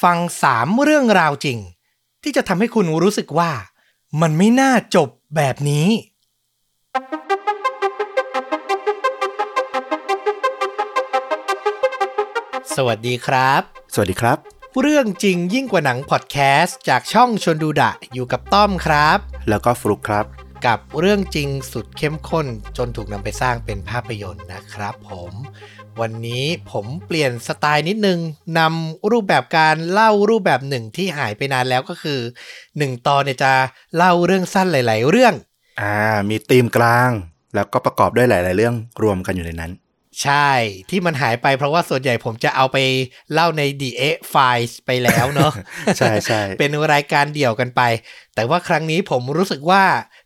ฟัง3เรื่องราวจริงที่จะทำให้คุณรู้สึกว่ามันไม่น่าจบแบบนี้สวัสดีครับสวัสดีครับเรื่องจริงยิ่งกว่าหนังพอดแคสต์จากช่องชวนดูดะอยู่กับต้อมครับแล้วก็ฟลุกครับกับเรื่องจริงสุดเข้มข้นจนถูกนำไปสร้างเป็นภาพยนตร์นะครับผมวันนี้ผมเปลี่ยนสไตล์นิดนึงนำรูปแบบการเล่ารูปแบบหนึ่งที่หายไปนานแล้วก็คือ1ตอนเนี่ยจะเล่าเรื่องสั้นหลายๆเรื่องมีธีมกลางแล้วก็ประกอบด้วยหลายๆเรื่องรวมกันอยู่ในนั้นใช่ที่มันหายไปเพราะว่าส่วนใหญ่ผมจะเอาไปเล่าใน DA Files ไปแล้วเนาะใช่ๆเป็นรายการเดี่ยวกันไปแต่ว่าครั้งนี้ผมรู้สึกว่า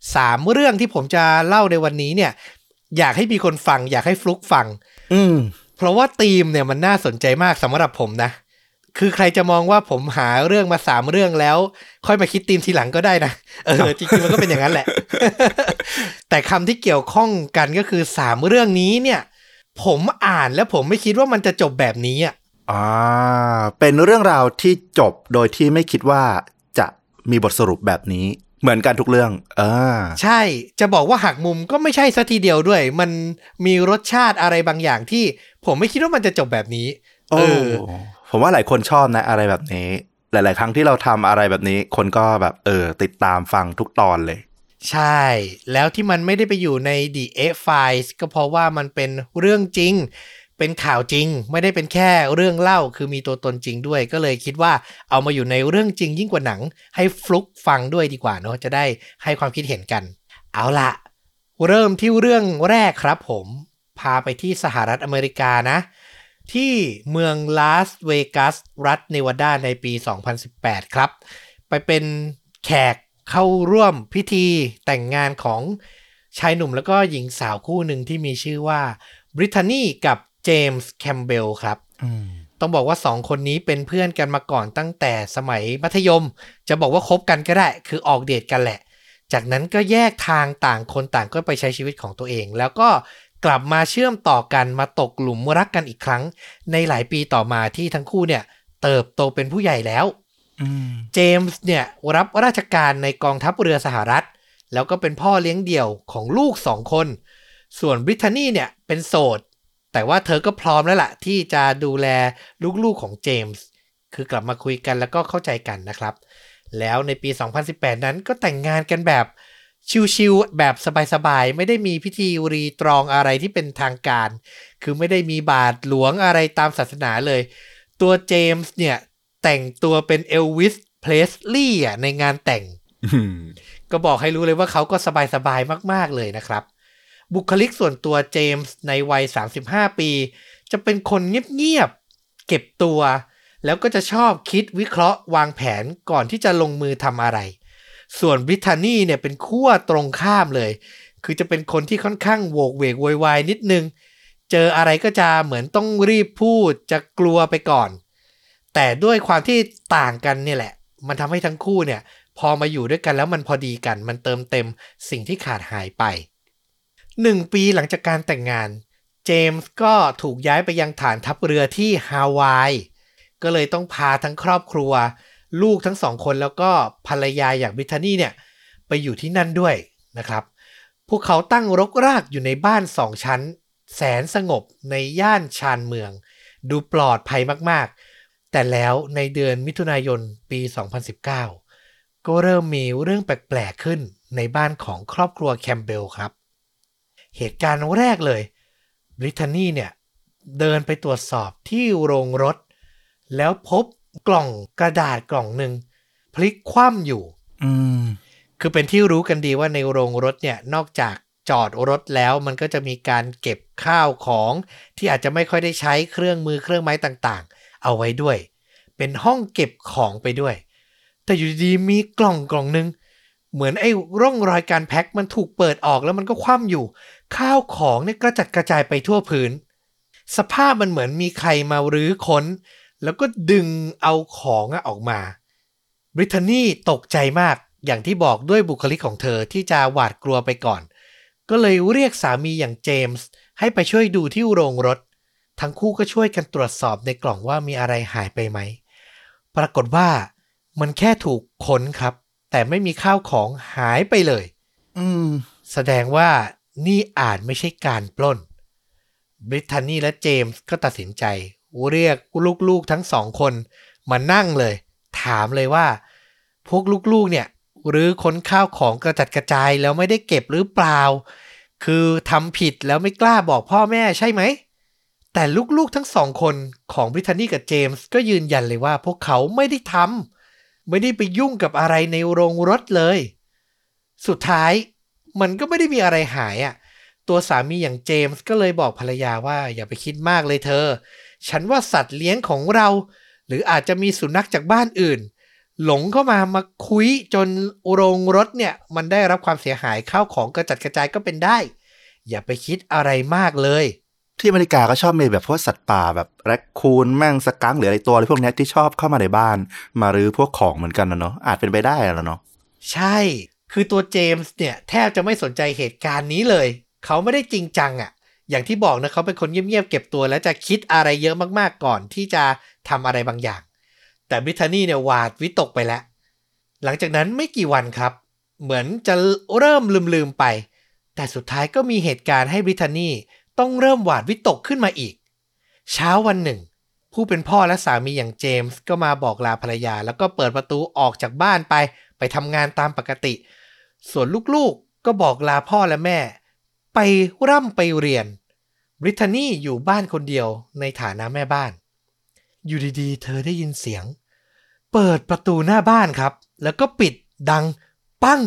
3เรื่องที่ผมจะเล่าในวันนี้เนี่ยอยากให้มีคนฟังอยากให้ฟลุกฟังเพราะว่าธีมเนี่ยมันน่าสนใจมากสำหรับผมนะคือใครจะมองว่าผมหาเรื่องมา3เรื่องแล้วค่อยมาคิดธีมทีหลังก็ได้นะจริงๆมันก็เป็นอย่างนั้นแหละ แต่คำที่เกี่ยวข้องกันก็คือ3เรื่องนี้เนี่ยผมอ่านแล้วผมไม่คิดว่ามันจะจบแบบนี้เป็นเรื่องราวที่จบโดยที่ไม่คิดว่าจะมีบทสรุปแบบนี้เหมือนกันทุกเรื่องใช่จะบอกว่าหักมุมก็ไม่ใช่ซะทีเดียวด้วยมันมีรสชาติอะไรบางอย่างที่ผมไม่คิดว่ามันจะจบแบบนี้ผมว่าหลายคนชอบนะอะไรแบบนี้หลายๆครั้งที่เราทำอะไรแบบนี้คนก็แบบติดตามฟังทุกตอนเลยใช่แล้วที่มันไม่ได้ไปอยู่ใน The X-Files ก็เพราะว่ามันเป็นเรื่องจริงเป็นข่าวจริงไม่ได้เป็นแค่เรื่องเล่าคือมีตัวตนจริงด้วยก็เลยคิดว่าเอามาอยู่ในเรื่องจริงยิ่งกว่าหนังให้ฟลุกฟังด้วยดีกว่าเนาะจะได้ให้ความคิดเห็นกันเอาล่ะเริ่มที่เรื่องแรกครับผมพาไปที่สหรัฐอเมริกานะที่เมืองลาสเวกัสรัฐเนวาดาในปี 2018 ครับไปเป็นแขกเข้าร่วมพิธีแต่งงานของชายหนุ่มแล้วก็หญิงสาวคู่หนึ่งที่มีชื่อว่าบริทานีกับเจมส์แคมเบลครับต้องบอกว่า2คนนี้เป็นเพื่อนกันมาก่อนตั้งแต่สมัยมัธยมจะบอกว่าคบกันก็ได้คือออกเดทกันแหละจากนั้นก็แยกทางต่างคนต่างก็ไปใช้ชีวิตของตัวเองแล้วก็กลับมาเชื่อมต่อกันมาตกหลุมรักกันอีกครั้งในหลายปีต่อมาที่ทั้งคู่เนี่ยเติบโตเป็นผู้ใหญ่แล้วเจมส์เนี่ยรับราชการในกองทัพเรือสหรัฐแล้วก็เป็นพ่อเลี้ยงเดี่ยวของลูก2คนส่วนบริทานีเนี่ยเป็นโสดแต่ว่าเธอก็พร้อมแล้วล่ะที่จะดูแลลูกๆของเจมส์คือกลับมาคุยกันแล้วก็เข้าใจกันนะครับแล้วในปี 2018 นั้นก็แต่งงานกันแบบชิลๆแบบสบายๆไม่ได้มีพิธีรีตรองอะไรที่เป็นทางการคือไม่ได้มีบาทหลวงอะไรตามศาสนาเลยตัวเจมส์เนี่ยแต่งตัวเป็นเอลวิสเพลสลีย์ในงานแต่ง ก็บอกให้รู้เลยว่าเขาก็สบายๆมากๆเลยนะครับบุคลิกส่วนตัวเจมส์ในวัย35ปีจะเป็นคนเงียบๆเก็บตัวแล้วก็จะชอบคิดวิเคราะห์วางแผนก่อนที่จะลงมือทำอะไรส่วนบริทานีเนี่ยเป็นขั้วตรงข้ามเลยคือจะเป็นคนที่ค่อนข้างโวกเวกโวยวายนิดนึงเจออะไรก็จะเหมือนต้องรีบพูดจะกลัวไปก่อนแต่ด้วยความที่ต่างกันเนี่ยแหละมันทำให้ทั้งคู่เนี่ยพอมาอยู่ด้วยกันแล้วมันพอดีกันมันเติมเต็มสิ่งที่ขาดหายไป1 ปีหลังจากการแต่งงานเจมส์ก็ถูกย้ายไปยังฐานทัพเรือที่ฮาวายก็เลยต้องพาทั้งครอบครัวลูกทั้ง2คนแล้วก็ภรรยาอย่างบริทานีเนี่ยไปอยู่ที่นั่นด้วยนะครับพวกเขาตั้งรกรากอยู่ในบ้าน2ชั้นแสนสงบในย่านชานเมืองดูปลอดภัยมากๆแต่แล้วในเดือนมิถุนายนปี 2019 ก็เริ่มมีเรื่องแปลกๆขึ้นในบ้านของครอบครัวแคมเบลครับเหตุการณ์แรกเลยบริทานีเนี่ยเดินไปตรวจสอบที่โรงรถแล้วพบกล่องกระดาษกล่องหนึ่งพลิกคว่ำอยู่คือเป็นที่รู้กันดีว่าในโรงรถเนี่ยนอกจากจอดรถแล้วมันก็จะมีการเก็บข้าวของที่อาจจะไม่ค่อยได้ใช้เครื่องมือเครื่องไม้ต่างๆเอาไว้ด้วยเป็นห้องเก็บของไปด้วยแต่อยู่ดีมีกล่องนึงเหมือนไอ้ร่องรอยการแพ็คมันถูกเปิดออกแล้วมันก็คว่ำอยู่ข้าวของเนี่ยกระจัดกระจายไปทั่วพื้นสภาพมันเหมือนมีใครมารื้อค้นแล้วก็ดึงเอาของออกมาบริทานีตกใจมากอย่างที่บอกด้วยบุคลิกของเธอที่จะหวาดกลัวไปก่อนก็เลยเรียกสามีอย่างเจมส์ให้ไปช่วยดูที่โรงรถทั้งคู่ก็ช่วยกันตรวจสอบในกล่องว่ามีอะไรหายไปไหมพปรากฏว่ามันแค่ถูกค้นครับแต่ไม่มีข้าวของหายไปเลยแสดงว่านี่อาจไม่ใช่การปล้นบริทานีและเจมส์ก็ตัดสินใจเรียกลูกๆทั้งสองคนมานั่งเลยถามเลยว่าพวกลูกๆเนี่ยหรือค้นข้าวของกระจัดกระจายแล้วไม่ได้เก็บหรือเปล่าคือทำผิดแล้วไม่กล้าบอกพ่อแม่ใช่ไหมแต่ลูกๆทั้งสองคนของบริทานีกับเจมส์ก็ยืนยันเลยว่าพวกเขาไม่ได้ทำไม่ได้ไปยุ่งกับอะไรในโรงรถเลยสุดท้ายมันก็ไม่ได้มีอะไรหายตัวสามีอย่างเจมส์ก็เลยบอกภรรยาว่าอย่าไปคิดมากเลยเธอฉันว่าสัตว์เลี้ยงของเราหรืออาจจะมีสุนัขจากบ้านอื่นหลงเข้ามาคุยจนโรงรถเนี่ยมันได้รับความเสียหายข้าวของกระจัดกระจายก็เป็นได้อย่าไปคิดอะไรมากเลยที่อเมริกาก็ชอบมีแบบพวกสัตว์ป่าแบบแรคคูนแม่งสกังค์หรืออะไรตัวอะไรพวกนี้ที่ชอบเข้ามาในบ้านมารื้อพวกของเหมือนกันนะเนาะอาจเป็นไปได้แล้วเนาะใช่คือตัวเจมส์เนี่ยแทบจะไม่สนใจเหตุการณ์นี้เลยเขาไม่ได้จริงจังอย่างที่บอกนะเขาเป็นคนเงียบๆเก็บตัวและจะคิดอะไรเยอะมากๆก่อนที่จะทำอะไรบางอย่างแต่บริทานีเนี่ยหวาดวิตกไปแล้วหลังจากนั้นไม่กี่วันครับเหมือนจะเริ่มลืมไปแต่สุดท้ายก็มีเหตุการณ์ให้บริทานีต้องเริ่มหวาดวิตกขึ้นมาอีกเช้าวันหนึ่งผู้เป็นพ่อและสามีอย่างเจมส์ก็มาบอกลาภรรยาแล้วก็เปิดประตูออกจากบ้านไปทำงานตามปกติส่วนลูกๆก็บอกลาพ่อและแม่ไปร่ำไปเรียนบริทานีอยู่บ้านคนเดียวในฐานะแม่บ้านอยู่ดีๆเธอได้ยินเสียงเปิดประตูหน้าบ้านครับแล้วก็ปิดดังปั้ง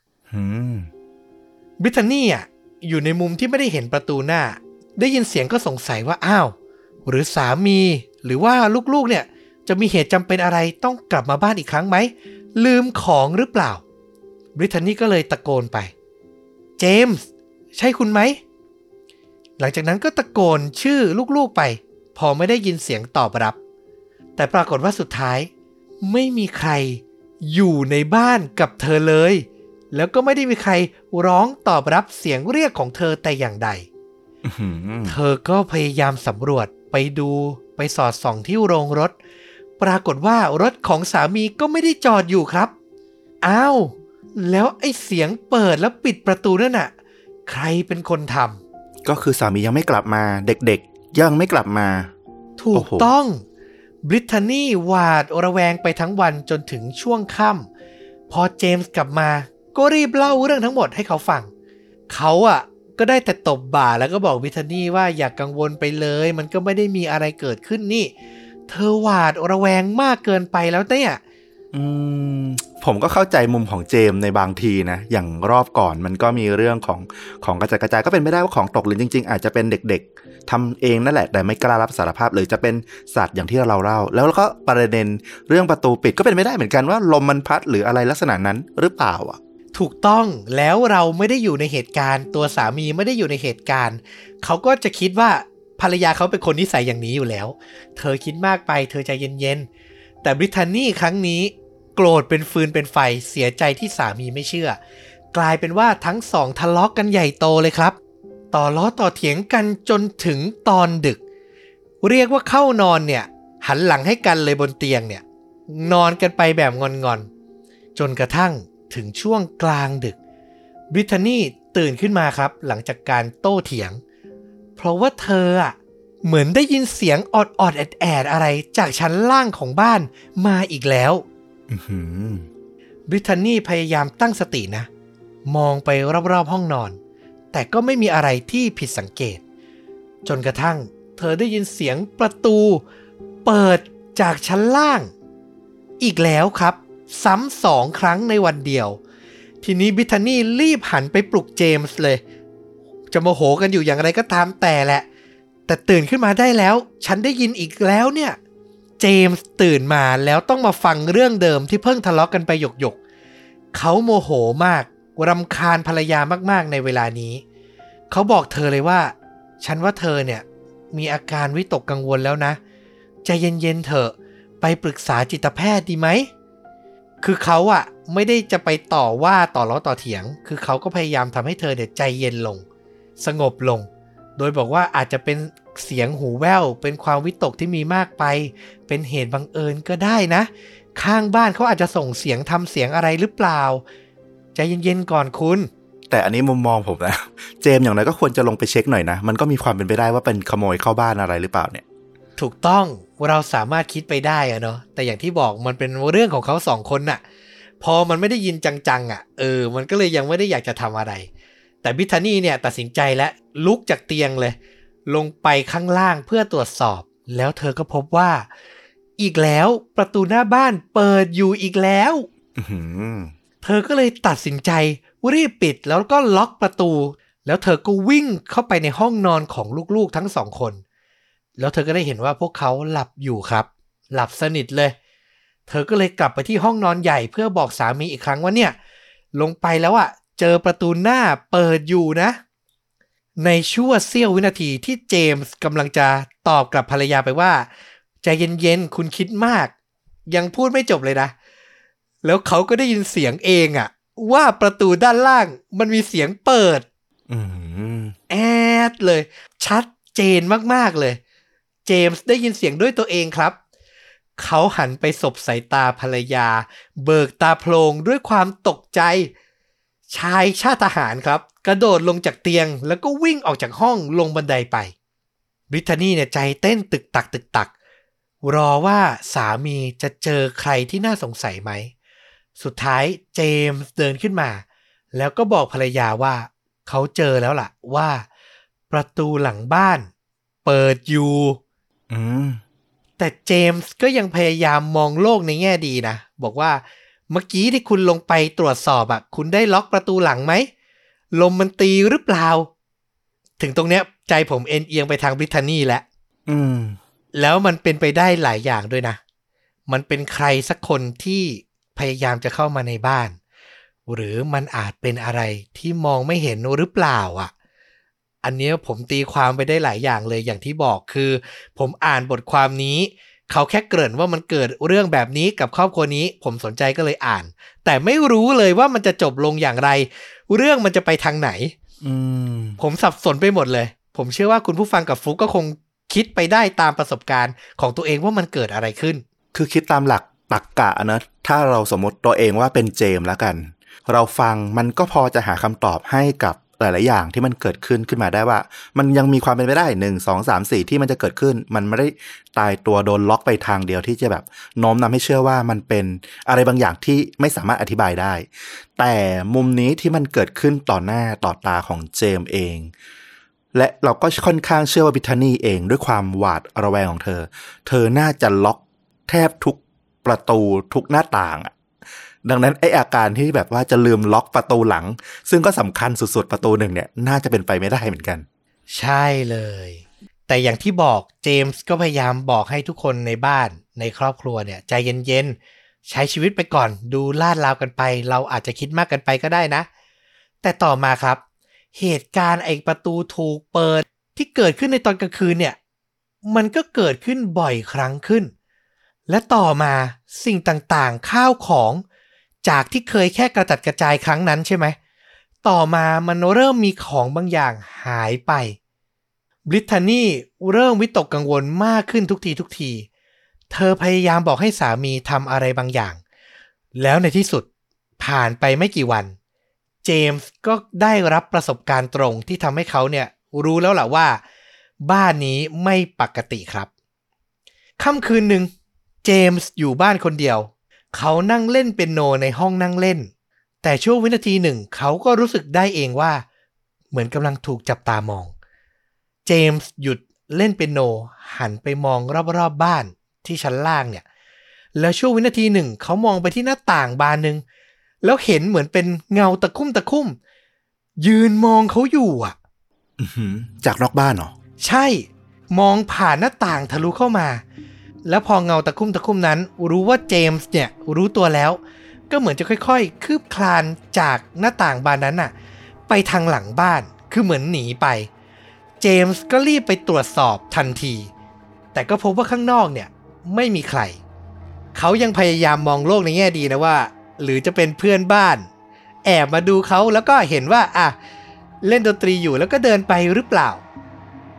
บริทานีอยู่ในมุมที่ไม่ได้เห็นประตูหน้าได้ยินเสียงก็สงสัยว่าอ้าวหรือสามีหรือว่าลูกๆเนี่ยจะมีเหตุจำเป็นอะไรต้องกลับมาบ้านอีกครั้งไหมลืมของหรือเปล่าบริทานีก็เลยตะโกนไปเจมส์ใช่คุณไหมหลังจากนั้นก็ตะโกนชื่อลูกๆไปพอไม่ได้ยินเสียงตอบรับแต่ปรากฏว่าสุดท้ายไม่มีใครอยู่ในบ้านกับเธอเลยแล้วก็ไม่ได้มีใครร้องตอบรับเสียงเรียกของเธอแต่อย่างใดเธอก็พยายามสำรวจไปดูไปสอดส่องที่โรงรถปรากฏว่ารถของสามีก็ไม่ได้จอดอยู่ครับอ้าวแล้วไอ้เสียงเปิดแล้วปิดประตูนั่นน่ะใครเป็นคนทำก็คือสามียังไม่กลับมาเด็กๆยังไม่กลับมาถูกต้องบริทานีหวาดระแวงไปทั้งวันจนถึงช่วงค่ำพอเจมส์กลับมาก็รีบเล่าเรื่องทั้งหมดให้เขาฟังเขาก็ได้แต่ตบบ่าแล้วก็บอกบริทานีว่าอย่ากังวลไปเลยมันก็ไม่ได้มีอะไรเกิดขึ้นนี่เธอหวาดระแวงมากเกินไปแล้วเนี่ยผมก็เข้าใจมุมของเจมในบางทีนะอย่างรอบก่อนมันก็มีเรื่องของกระจายกระจายก็เป็นไม่ได้ว่าของตกหรือจริงๆอาจจะเป็นเด็กๆทำเองนั่นแหละแต่ไม่กล้ารับสารภาพหรือจะเป็นสัตว์อย่างที่เราเล่าแล้วก็ประเด็นเรื่องประตูปิดก็เป็นไม่ได้เหมือนกันว่าลมมันพัดหรืออะไรลักษณะนั้นหรือเปล่าถูกต้องแล้วเราไม่ได้อยู่ในเหตุการณ์ตัวสามีไม่ได้อยู่ในเหตุการณ์เขาก็จะคิดว่าภรรยาเขาเป็นคนนิสัยอย่างนี้อยู่แล้วเธอคิดมากไปเธอใจเย็นๆแต่บริทานีครั้งนี้โกรธเป็นฟืนเป็นไฟเสียใจที่สามีไม่เชื่อกลายเป็นว่าทั้งสองทะเลาะกันใหญ่โตเลยครับต่อล้อต่อเถียงกันจนถึงตอนดึกเรียกว่าเข้านอนเนี่ยหันหลังให้กันเลยบนเตียงเนี่ยนอนกันไปแบบงอนๆจนกระทั่งถึงช่วงกลางดึกบริทานีตื่นขึ้นมาครับหลังจากการโต้เถียงเพราะว่าเธอเหมือนได้ยินเสียงออดแอดอะไรจากชั้นล่างของบ้านมาอีกแล้วบริทานีพยายามตั้งสตินะมองไปรอบๆห้องนอนแต่ก็ไม่มีอะไรที่ผิดสังเกตจนกระทั่งเธอได้ยินเสียงประตูเปิดจากชั้นล่างอีกแล้วครับซ้ำ2 ครั้งในวันเดียวทีนี้บริทานีรีบหันไปปลุกเจมส์เลยจะโมโหกันอยู่อย่างไรก็ตามแต่แหละแต่ตื่นขึ้นมาได้แล้วฉันได้ยินอีกแล้วเนี่ยเจมส์ตื่นมาแล้วต้องมาฟังเรื่องเดิมที่เพิ่งทะเลาะกันไปหยกๆเขาโมโหมากรำคาญภรรยามากๆในเวลานี้เขาบอกเธอเลยว่าฉันว่าเธอเนี่ยมีอาการวิตกกังวลแล้วนะใจเย็นๆเถอะไปปรึกษาจิตแพทย์ดีไหมคือเขาไม่ได้จะไปต่อว่าต่อล้อต่อเถียงคือเขาก็พยายามทำให้เธอเนี่ยใจเย็นลงสงบลงโดยบอกว่าอาจจะเป็นเสียงหูแว่วเป็นความวิตกที่มีมากไปเป็นเหตุบังเอิญก็ได้นะข้างบ้านเขาอาจจะส่งเสียงทำเสียงอะไรหรือเปล่าใจเย็นๆก่อนคุณแต่อันนี้มุมมองผมนะเจมส์อย่างไรก็ควรจะลงไปเช็คหน่อยนะมันก็มีความเป็นไปได้ว่าเป็นขโมยเข้าบ้านอะไรหรือเปล่าเนี่ยถูกต้องเราสามารถคิดไปได้อะเนาะแต่อย่างที่บอกมันเป็นเรื่องของเขาสองคนน่ะพอมันไม่ได้ยินจังๆอ่ะมันก็เลยยังไม่ได้อยากจะทำอะไรแต่บิทานี่เนี่ยตัดสินใจและลุกจากเตียงเลยลงไปข้างล่างเพื่อตรวจสอบแล้วเธอก็พบว่าอีกแล้วประตูหน้าบ้านเปิดอยู่อีกแล้วเธอก็เลยตัดสินใจรีบปิดแล้วก็ล็อกประตูแล้วเธอก็วิ่งเข้าไปในห้องนอนของลูกๆทั้งสองคนแล้วเธอก็ได้เห็นว่าพวกเขาหลับอยู่ครับหลับสนิทเลยเธอก็เลยกลับไปที่ห้องนอนใหญ่เพื่อบอกสามีอีกครั้งว่าเนี่ยลงไปแล้วอ่ะเจอประตูหน้าเปิดอยู่นะในชั่วเสี้ยววินาทีที่เจมส์กำลังจะตอบกับภรรยาไปว่าใจเย็นๆคุณคิดมากยังพูดไม่จบเลยนะแล้วเขาก็ได้ยินเสียงเองอ่ะว่าประตูด้านล่างมันมีเสียงเปิดแอดเลยชัดเจนมากๆเลยเจมส์ได้ยินเสียงด้วยตัวเองครับเขาหันไปสบสายตาภรรยาเบิกตาโพลงด้วยความตกใจชายชาติทหารครับกระโดดลงจากเตียงแล้วก็วิ่งออกจากห้องลงบันไดไปบริทานี่เนี่ยใจเต้นตึกตักตึกตักรอว่าสามีจะเจอใครที่น่าสงสัยไหมสุดท้ายเจมส์เดินขึ้นมาแล้วก็บอกภรรยาว่าเขาเจอแล้วล่ะว่าประตูหลังบ้านเปิดอยู่แต่เจมส์ก็ยังพยายามมองโลกในแง่ดีนะบอกว่าเมื่อกี้ที่คุณลงไปตรวจสอบคุณได้ล็อกประตูหลังไหมลมมันตีหรือเปล่าถึงตรงเนี้ยใจผมเอียงไปทางบริทานี่แล้วแล้วมันเป็นไปได้หลายอย่างด้วยนะมันเป็นใครสักคนที่พยายามจะเข้ามาในบ้านหรือมันอาจเป็นอะไรที่มองไม่เห็นหรือเปล่าอันนี้ผมตีความไปได้หลายอย่างเลยอย่างที่บอกคือผมอ่านบทความนี้เขาแค่เกริ่นว่ามันเกิดเรื่องแบบนี้กับครอบครัวนี้ผมสนใจก็เลยอ่านแต่ไม่รู้เลยว่ามันจะจบลงอย่างไรเรื่องมันจะไปทางไหนผมสับสนไปหมดเลยผมเชื่อว่าคุณผู้ฟังกับฟลุ๊กก็คงคิดไปได้ตามประสบการณ์ของตัวเองว่ามันเกิดอะไรขึ้นคือคิดตามหลักตรรกะนะถ้าเราสมมติตัวเองว่าเป็นเจมส์แล้วกันเราฟังมันก็พอจะหาคำตอบให้กับหลายๆอย่างที่มันเกิดขึ้นมาได้ว่ามันยังมีความเป็นไปได้1 2 3 4ที่มันจะเกิดขึ้นมันไม่ได้ตายตัวโดนล็อกไปทางเดียวที่จะแบบโน้มนำให้เชื่อว่ามันเป็นอะไรบางอย่างที่ไม่สามารถอธิบายได้แต่มุมนี้ที่มันเกิดขึ้นต่อหน้าต่อตาของเจมส์เองและเราก็ค่อนข้างเชื่อว่าบิทานี่เองด้วยความหวาดระแวงของเธอน่าจะล็อกแทบทุกประตูทุกหน้าต่างดังนั้นไอ้อาการที่แบบว่าจะลืมล็อกประตูหลังซึ่งก็สำคัญสุดๆประตูหนึ่งเนี่ยน่าจะเป็นไปไม่ได้เหมือนกันใช่เลยแต่อย่างที่บอกเจมส์ก็พยายามบอกให้ทุกคนในบ้านในครอบครัวเนี่ยใจเย็นๆใช้ชีวิตไปก่อนดูลาดราวกันไปเราอาจจะคิดมากกันไปก็ได้นะแต่ต่อมาครับเหตุการณ์ไอ้ประตูถูกเปิดที่เกิดขึ้นในตอนกลางคืนเนี่ยมันก็เกิดขึ้นบ่อยครั้งขึ้นและต่อมาสิ่งต่างๆข้าวของจากที่เคยแค่กระจัดกระจายครั้งนั้นใช่ไหมต่อมามันเริ่มมีของบางอย่างหายไปบริทานี่เริ่มวิตกกังวลมากขึ้นทุกทีเธอพยายามบอกให้สามีทำอะไรบางอย่างแล้วในที่สุดผ่านไปไม่กี่วันเจมส์ก็ได้รับประสบการณ์ตรงที่ทำให้เขาเนี่ยรู้แล้วแหละว่าบ้านนี้ไม่ปกติครับค่ำคืนหนึ่งเจมส์อยู่บ้านคนเดียวเขานั่งเล่นเปียโนในห้องนั่งเล่นแต่ช่วงวินาทีหนึ่งเขาก็รู้สึกได้เองว่าเหมือนกำลังถูกจับตามองเจมส์หยุดเล่นเปียโนหันไปมองรอบๆบ้านที่ชั้นล่างเนี่ยแล้วช่วงวินาทีหนึ่งเขามองไปที่หน้าต่างบานหนึ่งแล้วเห็นเหมือนเป็นเงาตะคุ่มยืนมองเขาอยู่จากนอกบ้านเหรอใช่มองผ่านหน้าต่างทะลุเข้ามาแล้วพอเงาตะคุ่มนั้นรู้ว่าเจมส์เนี่ยรู้ตัวแล้วก็เหมือนจะค่อยๆคืบคลานจากหน้าต่างบานนั้นไปทางหลังบ้านคือเหมือนหนีไปเจมส์ก็รีบไปตรวจสอบทันทีแต่ก็พบว่าข้างนอกเนี่ยไม่มีใครเขายังพยายามมองโลกในแง่ดีนะว่าหรือจะเป็นเพื่อนบ้านแอบมาดูเขาแล้วก็เห็นว่าเล่นดนตรีอยู่แล้วก็เดินไปหรือเปล่า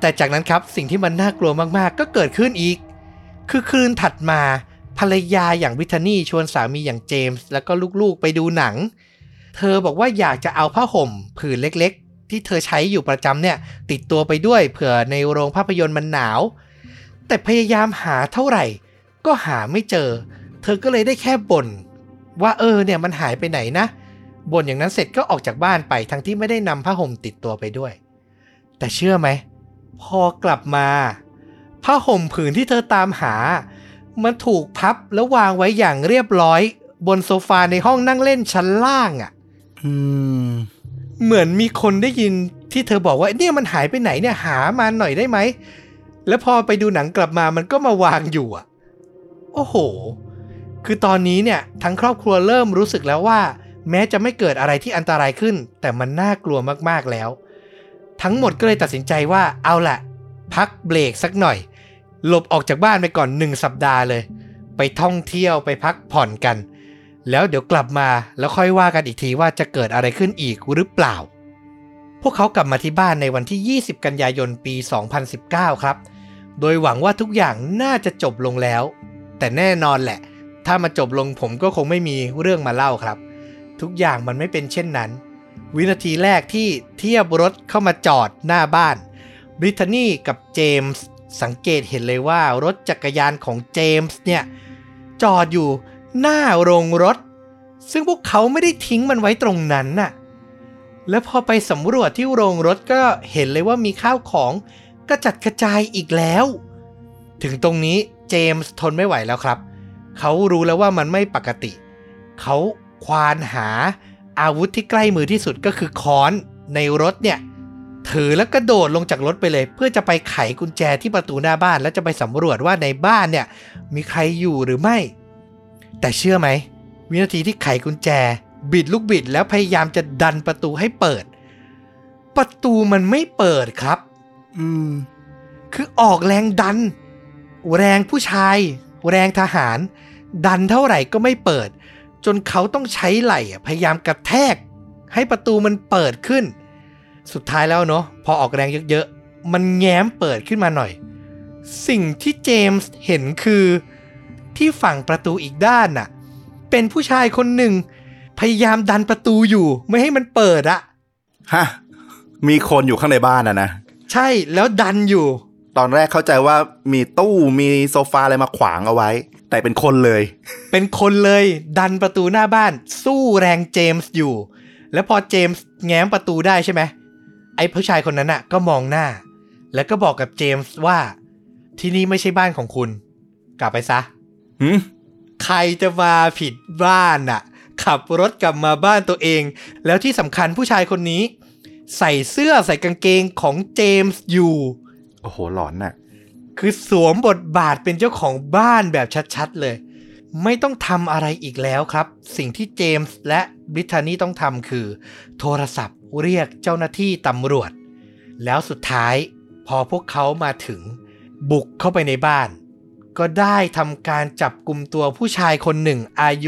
แต่จากนั้นครับสิ่งที่มันน่ากลัวมากๆก็เกิดขึ้นอีกคือคืนถัดมาภรรยาอย่างบริทานี่ชวนสามีอย่างเจมส์แล้วก็ลูกๆไปดูหนังเธอบอกว่าอยากจะเอาผ้าห่มผืนเล็กๆที่เธอใช้อยู่ประจำเนี่ยติดตัวไปด้วยเผื่อในโรงภาพยนตร์มันหนาวแต่พยายามหาเท่าไหร่ก็หาไม่เจอเธอก็เลยได้แค่บ่นว่าเนี่ยมันหายไปไหนนะบ่นอย่างนั้นเสร็จก็ออกจากบ้านไปทั้งที่ไม่ได้นำผ้าห่มติดตัวไปด้วยแต่เชื่อไหมพอกลับมาผ้าห่มผืนที่เธอตามหามันถูกพับแล้ววางไว้อย่างเรียบร้อยบนโซฟาในห้องนั่งเล่นชั้นล่างอ่ะเหมือนมีคนได้ยินที่เธอบอกว่าเนี่ยมันหายไปไหนเนี่ยหามาหน่อยได้ไหมแล้วพอไปดูหนังกลับมามันก็มาวางอยู่อ่ะโอ้โหคือตอนนี้เนี่ยทั้งครอบครัวเริ่มรู้สึกแล้วว่าแม้จะไม่เกิดอะไรที่อันตรายขึ้นแต่มันน่ากลัวมากๆแล้วทั้งหมดก็เลยตัดสินใจว่าเอาล่ะพักเบรกสักหน่อยหลบออกจากบ้านไปก่อน1 สัปดาห์เลยไปท่องเที่ยวไปพักผ่อนกันแล้วเดี๋ยวกลับมาแล้วค่อยว่ากันอีกทีว่าจะเกิดอะไรขึ้นอีกหรือเปล่าพวกเขากลับมาที่บ้านในวันที่20 กันยายนปี 2019 ครับโดยหวังว่าทุกอย่างน่าจะจบลงแล้วแต่แน่นอนแหละถ้ามาจบลงผมก็คงไม่มีเรื่องมาเล่าครับทุกอย่างมันไม่เป็นเช่นนั้นวินาทีแรกที่เทียบรถเข้ามาจอดหน้าบ้านบริทานี่กับเจมส์สังเกตเห็นเลยว่ารถจักรยานของเจมส์เนี่ยจอดอยู่หน้าโรงรถซึ่งพวกเขาไม่ได้ทิ้งมันไว้ตรงนั้นน่ะแล้วพอไปสำรวจที่โรงรถก็เห็นเลยว่ามีข้าวของกระจัดกระจายอีกแล้วถึงตรงนี้เจมส์ทนไม่ไหวแล้วครับเขารู้แล้วว่ามันไม่ปกติเขาควานหาอาวุธที่ใกล้มือที่สุดก็คือค้อนในรถเนี่ยถือแล้วกระโดดลงจากรถไปเลยเพื่อจะไปไขกุญแจที่ประตูหน้าบ้านแล้วจะไปสำรวจว่าในบ้านเนี่ยมีใครอยู่หรือไม่แต่เชื่อไหมวินาทีที่ไขกุญแจบิดลูกบิดแล้วพยายามจะดันประตูให้เปิดประตูมันไม่เปิดครับคือออกแรงดันแรงผู้ชายแรงทหารดันเท่าไหร่ก็ไม่เปิดจนเขาต้องใช้ไหล่พยายามกระแทกให้ประตูมันเปิดขึ้นสุดท้ายแล้วเนาะพอออกแรงเยอะๆมันแง้มเปิดขึ้นมาหน่อยสิ่งที่เจมส์เห็นคือที่ฝั่งประตูอีกด้านน่ะเป็นผู้ชายคนหนึ่งพยายามดันประตูอยู่ไม่ให้มันเปิดอะฮะมีคนอยู่ข้างในบ้านนะใช่แล้วดันอยู่ตอนแรกเข้าใจว่ามีตู้มีโซฟาอะไรมาขวางเอาไว้แต่เป็นคนเลยเป็นคนเลยดันประตูหน้าบ้านสู้แรงเจมส์อยู่แล้วพอเจมส์แง้มประตูได้ใช่ไหมไอ้ผู้ชายคนนั้นน่ะก็มองหน้าแล้วก็บอกกับเจมส์ว่าที่นี่ไม่ใช่บ้านของคุณกลับไปซะใครจะมาผิดบ้านน่ะขับรถกลับมาบ้านตัวเองแล้วที่สำคัญผู้ชายคนนี้ใส่เสื้อใส่กางเกงของเจมส์อยู่โอ้โหหลอนน่ะคือสวมบทบาทเป็นเจ้าของบ้านแบบชัดๆเลยไม่ต้องทำอะไรอีกแล้วครับสิ่งที่เจมส์และบริทานี่ต้องทำคือโทรศัพท์เรียกเจ้าหน้าที่ตำรวจแล้วสุดท้ายพอพวกเขามาถึงบุกเข้าไปในบ้านก็ได้ทำการจับกุมตัวผู้ชายคนหนึ่งอายุ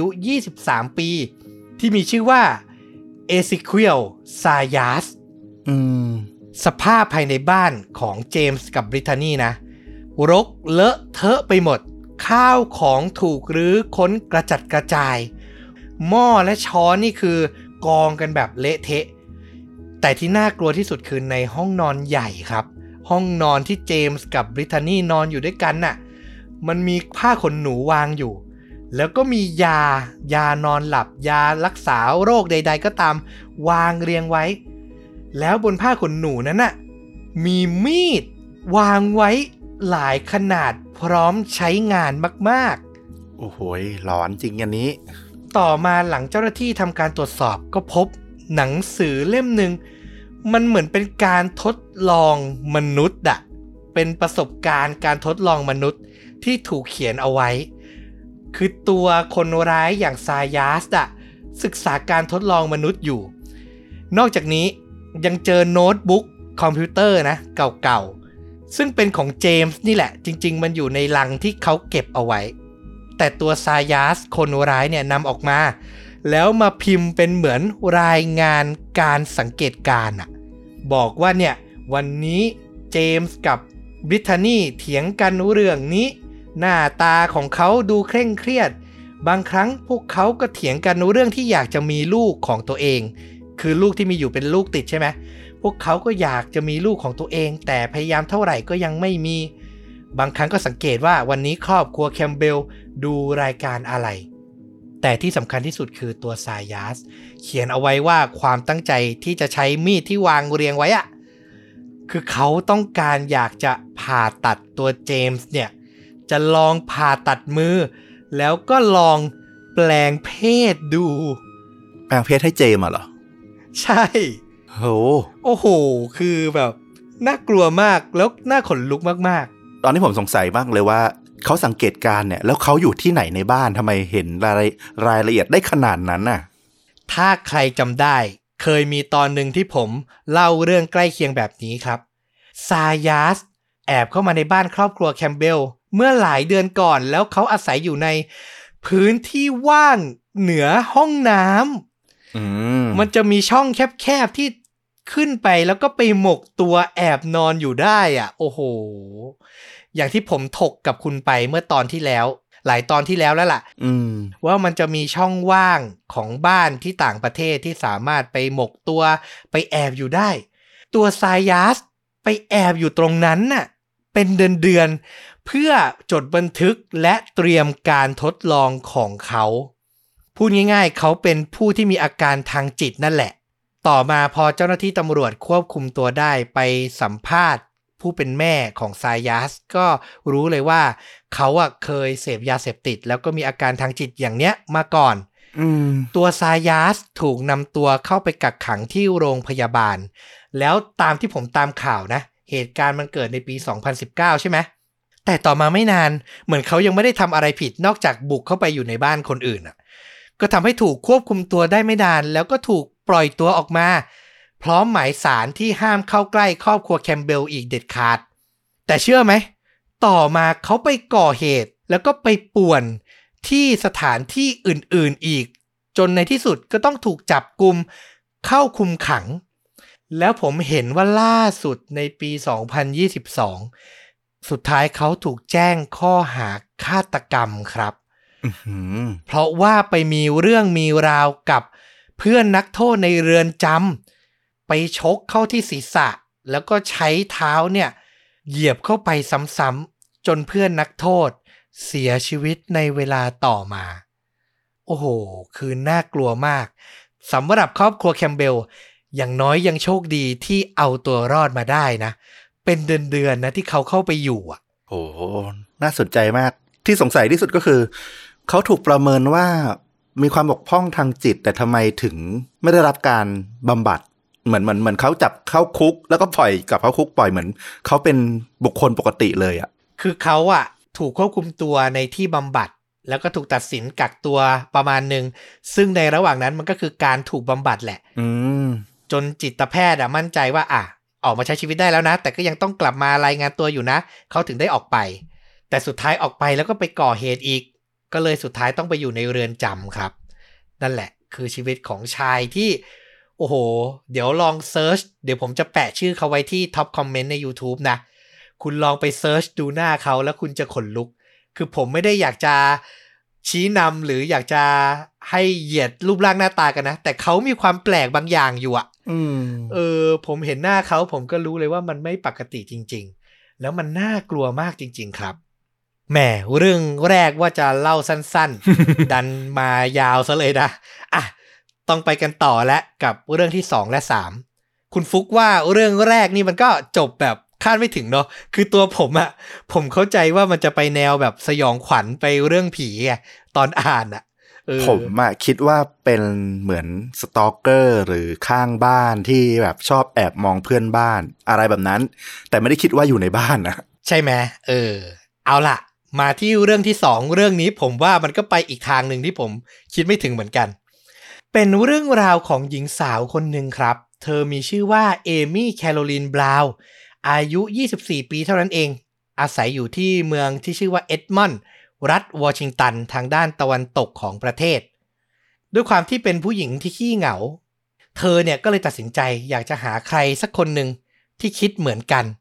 23 ปีที่มีชื่อว่าเอซิคิเอล ซายาสสภาพภายในบ้านของเจมส์กับบริทานี่นะรกเลอะเทอะไปหมดข้าวของถูกรื้อค้นกระจัดกระจายหม้อและช้อนนี่คือกองกันแบบเละเทะแต่ที่น่ากลัวที่สุดคือในห้องนอนใหญ่ครับห้องนอนที่เจมส์กับบริทานี่นอนอยู่ด้วยกันน่ะมันมีผ้าขนหนูวางอยู่แล้วก็มียานอนหลับยารักษาโรคใดๆก็ตามวางเรียงไว้แล้วบนผ้าขนหนูนั้นน่ะมีมีดวางไว้หลายขนาดพร้อมใช้งานมากๆโอ้โหหลอนจริงอันนี้ต่อมาหลังเจ้าหน้าที่ทำการตรวจสอบก็พบหนังสือเล่มหนึ่งมันเหมือนเป็นการทดลองมนุษย์อะเป็นประสบการณ์การทดลองมนุษย์ที่ถูกเขียนเอาไว้คือตัวคนร้ายอย่างซายาสอะศึกษาการทดลองมนุษย์อยู่นอกจากนี้ยังเจอโน้ตบุ๊กคอมพิวเตอร์นะเก่าๆซึ่งเป็นของเจมส์นี่แหละจริงๆมันอยู่ในลังที่เขาเก็บเอาไว้แต่ตัวซายาสคนร้ายเนี่ยนำออกมาแล้วมาพิมพ์เป็นเหมือนรายงานการสังเกตการณ์อะบอกว่าเนี่ยวันนี้เจมส์กับบริทานีเถียงกันเรื่องนี้หน้าตาของเขาดูเคร่งเครียดบางครั้งพวกเขาก็เถียงกันเรื่องที่อยากจะมีลูกของตัวเองคือลูกที่มีอยู่เป็นลูกติดใช่ไหมพวกเขาก็อยากจะมีลูกของตัวเองแต่พยายามเท่าไหร่ก็ยังไม่มีบางครั้งก็สังเกตว่าวันนี้ครอบครัวแคมเบลดูรายการอะไรแต่ที่สำคัญที่สุดคือตัวซายาสเขียนเอาไว้ว่าความตั้งใจที่จะใช้มีดที่วางเรียงไว้อะคือเขาต้องการอยากจะผ่าตัดตัวเจมส์เนี่ยจะลองผ่าตัดมือแล้วก็ลองแปลงเพศดูแปลงเพศให้เจมส์เหรอใช่โอ้โหคือแบบน่ากลัวมากแล้วน่าขนลุกมากๆตอนนี้ผมสงสัยมากเลยว่าเขาสังเกตการเนี่ยแล้วเขาอยู่ที่ไหนในบ้านทำไมเห็นรายละเอียดได้ขนาดนั้นน่ะถ้าใครจำได้เคยมีตอนหนึ่งที่ผมเล่าเรื่องใกล้เคียงแบบนี้ครับซายาสแอบเข้ามาในบ้านครอบครัวแคมเบลเมื่อหลายเดือนก่อนแล้วเขาอาศัยอยู่ในพื้นที่ว่างเหนือห้องน้ำมันจะมีช่องแคบๆที่ขึ้นไปแล้วก็ไปหมกตัวแอบนอนอยู่ได้อ่ะโอ้โหอย่างที่ผมถกกับคุณไปเมื่อตอนที่แล้วหลายตอนที่แล้วแล้วล่ะว่ามันจะมีช่องว่างของบ้านที่ต่างประเทศที่สามารถไปหมกตัวไปแอบอยู่ได้ตัวซายาสไปแอบอยู่ตรงนั้นน่ะเป็นเดือนเพื่อจดบันทึกและเตรียมการทดลองของเขาพูดง่ายๆเขาเป็นผู้ที่มีอาการทางจิตนั่นแหละต่อมาพอเจ้าหน้าที่ตำรวจควบคุมตัวได้ไปสัมภาษณ์ผู้เป็นแม่ของซายาสก็รู้เลยว่าเขาเคยเสพยาเสพติดแล้วก็มีอาการทางจิตอย่างเนี้ยมาก่อนตัวซายาสถูกนำตัวเข้าไปกักขังที่โรงพยาบาลแล้วตามที่ผมตามข่าวนะเหตุการณ์มันเกิดในปี 2019 ใช่ไหมแต่ต่อมาไม่นานเหมือนเขายังไม่ได้ทำอะไรผิดนอกจากบุกเข้าไปอยู่ในบ้านคนอื่นก็ทำให้ถูกควบคุมตัวได้ไม่นานแล้วก็ถูกปล่อยตัวออกมาพร้อมหมายสารที่ห้ามเข้าใกล้ครอบครัวแคมเบลอีกเด็ดขาดแต่เชื่อไหมต่อมาเขาไปก่อเหตุแล้วก็ไปป่วนที่สถานที่อื่นๆอีกจนในที่สุดก็ต้องถูกจับกุมเข้าคุมขังแล้วผมเห็นว่าล่าสุดในปี 2022 สุดท้ายเขาถูกแจ้งข้อหาฆาตกรรมครับเพราะว่าไปมีเรื่องมีราวกับเพื่อนนักโทษในเรือนจำไปชกเข้าที่ศีรษะแล้วก็ใช้เท้าเนี่ยเหยียบเข้าไปซ้ำๆจนเพื่อนนักโทษเสียชีวิตในเวลาต่อมาโอ้โหคือน่ากลัวมากสำหรับครอบครัวแคมเบลอย่างน้อยยังโชคดีที่เอาตัวรอดมาได้นะเป็นเดือนๆนะที่เขาเข้าไปอยู่โอ้น่าสนใจมากที่สงสัยที่สุดก็คือเขาถูกประเมินว่ามีความบกพร่องทางจิตแต่ทำไมถึงไม่ได้รับการบำบัดเหมือนเขาจับเข้าคุกแล้วก็ปล่อยกลับเข้าคุกปล่อยเหมือนเขาเป็นบุคคลปกติเลยคือเขาถูกควบคุมตัวในที่บำบัดแล้วก็ถูกตัดสินกักตัวประมาณนึงซึ่งในระหว่างนั้นมันก็คือการถูกบำบัดแหละจนจิตแพทย์มั่นใจว่าออกมาใช้ชีวิตได้แล้วนะแต่ก็ยังต้องกลับมารายงานตัวอยู่นะเขาถึงได้ออกไปแต่สุดท้ายออกไปแล้วก็ไปก่อเหตุอีกก็เลยสุดท้ายต้องไปอยู่ในเรือนจำครับนั่นแหละคือชีวิตของชายที่โอ้โหเดี๋ยวลองเซิร์ชเดี๋ยวผมจะแปะชื่อเขาไว้ที่ท็อปคอมเมนต์ใน YouTube นะคุณลองไปเซิร์ชดูหน้าเขาแล้วคุณจะขนลุกคือผมไม่ได้อยากจะชี้นำหรืออยากจะให้เหยียดรูปร่างหน้าตากันนะแต่เขามีความแปลกบางอย่างอยู่ผมเห็นหน้าเขาผมก็รู้เลยว่ามันไม่ปกติจริงๆแล้วมันน่ากลัวมากจริงๆครับแหมเรื่องแรกว่าจะเล่าสั้นๆ ดันมายาวซะเลยนะต้องไปกันต่อและกับเรื่องที่2และ3คุณฟุกว่าเรื่องแรกนี่มันก็จบแบบคาดไม่ถึงเนาะคือตัวผมเข้าใจว่ามันจะไปแนวแบบสยองขวัญไปเรื่องผีตอนอ่านผมคิดว่าเป็นเหมือนสตอเกอร์หรือข้างบ้านที่แบบชอบแอบมองเพื่อนบ้านอะไรแบบนั้นแต่ไม่ได้คิดว่าอยู่ในบ้านนะใช่ไหมเอาล่ะมาที่เรื่องที่2เรื่องนี้ผมว่ามันก็ไปอีกทางหนึ่งที่ผมคิดไม่ถึงเหมือนกันเป็นเรื่องราวของหญิงสาวคนหนึ่งครับเธอมีชื่อว่าเอมี่แคโรลินบราวน์อายุ24ปีเท่านั้นเองอาศัยอยู่ที่เมืองที่ชื่อว่าเอ็ดมอนด์รัฐวอชิงตันทางด้านตะวันตกของประเทศด้วยความที่เป็นผู้หญิงที่ขี้เหงาเธอเนี่ยก็เลยตัดสินใจอยากจะหาใครสักคนหนึ่งที่คิดเหมือนกัน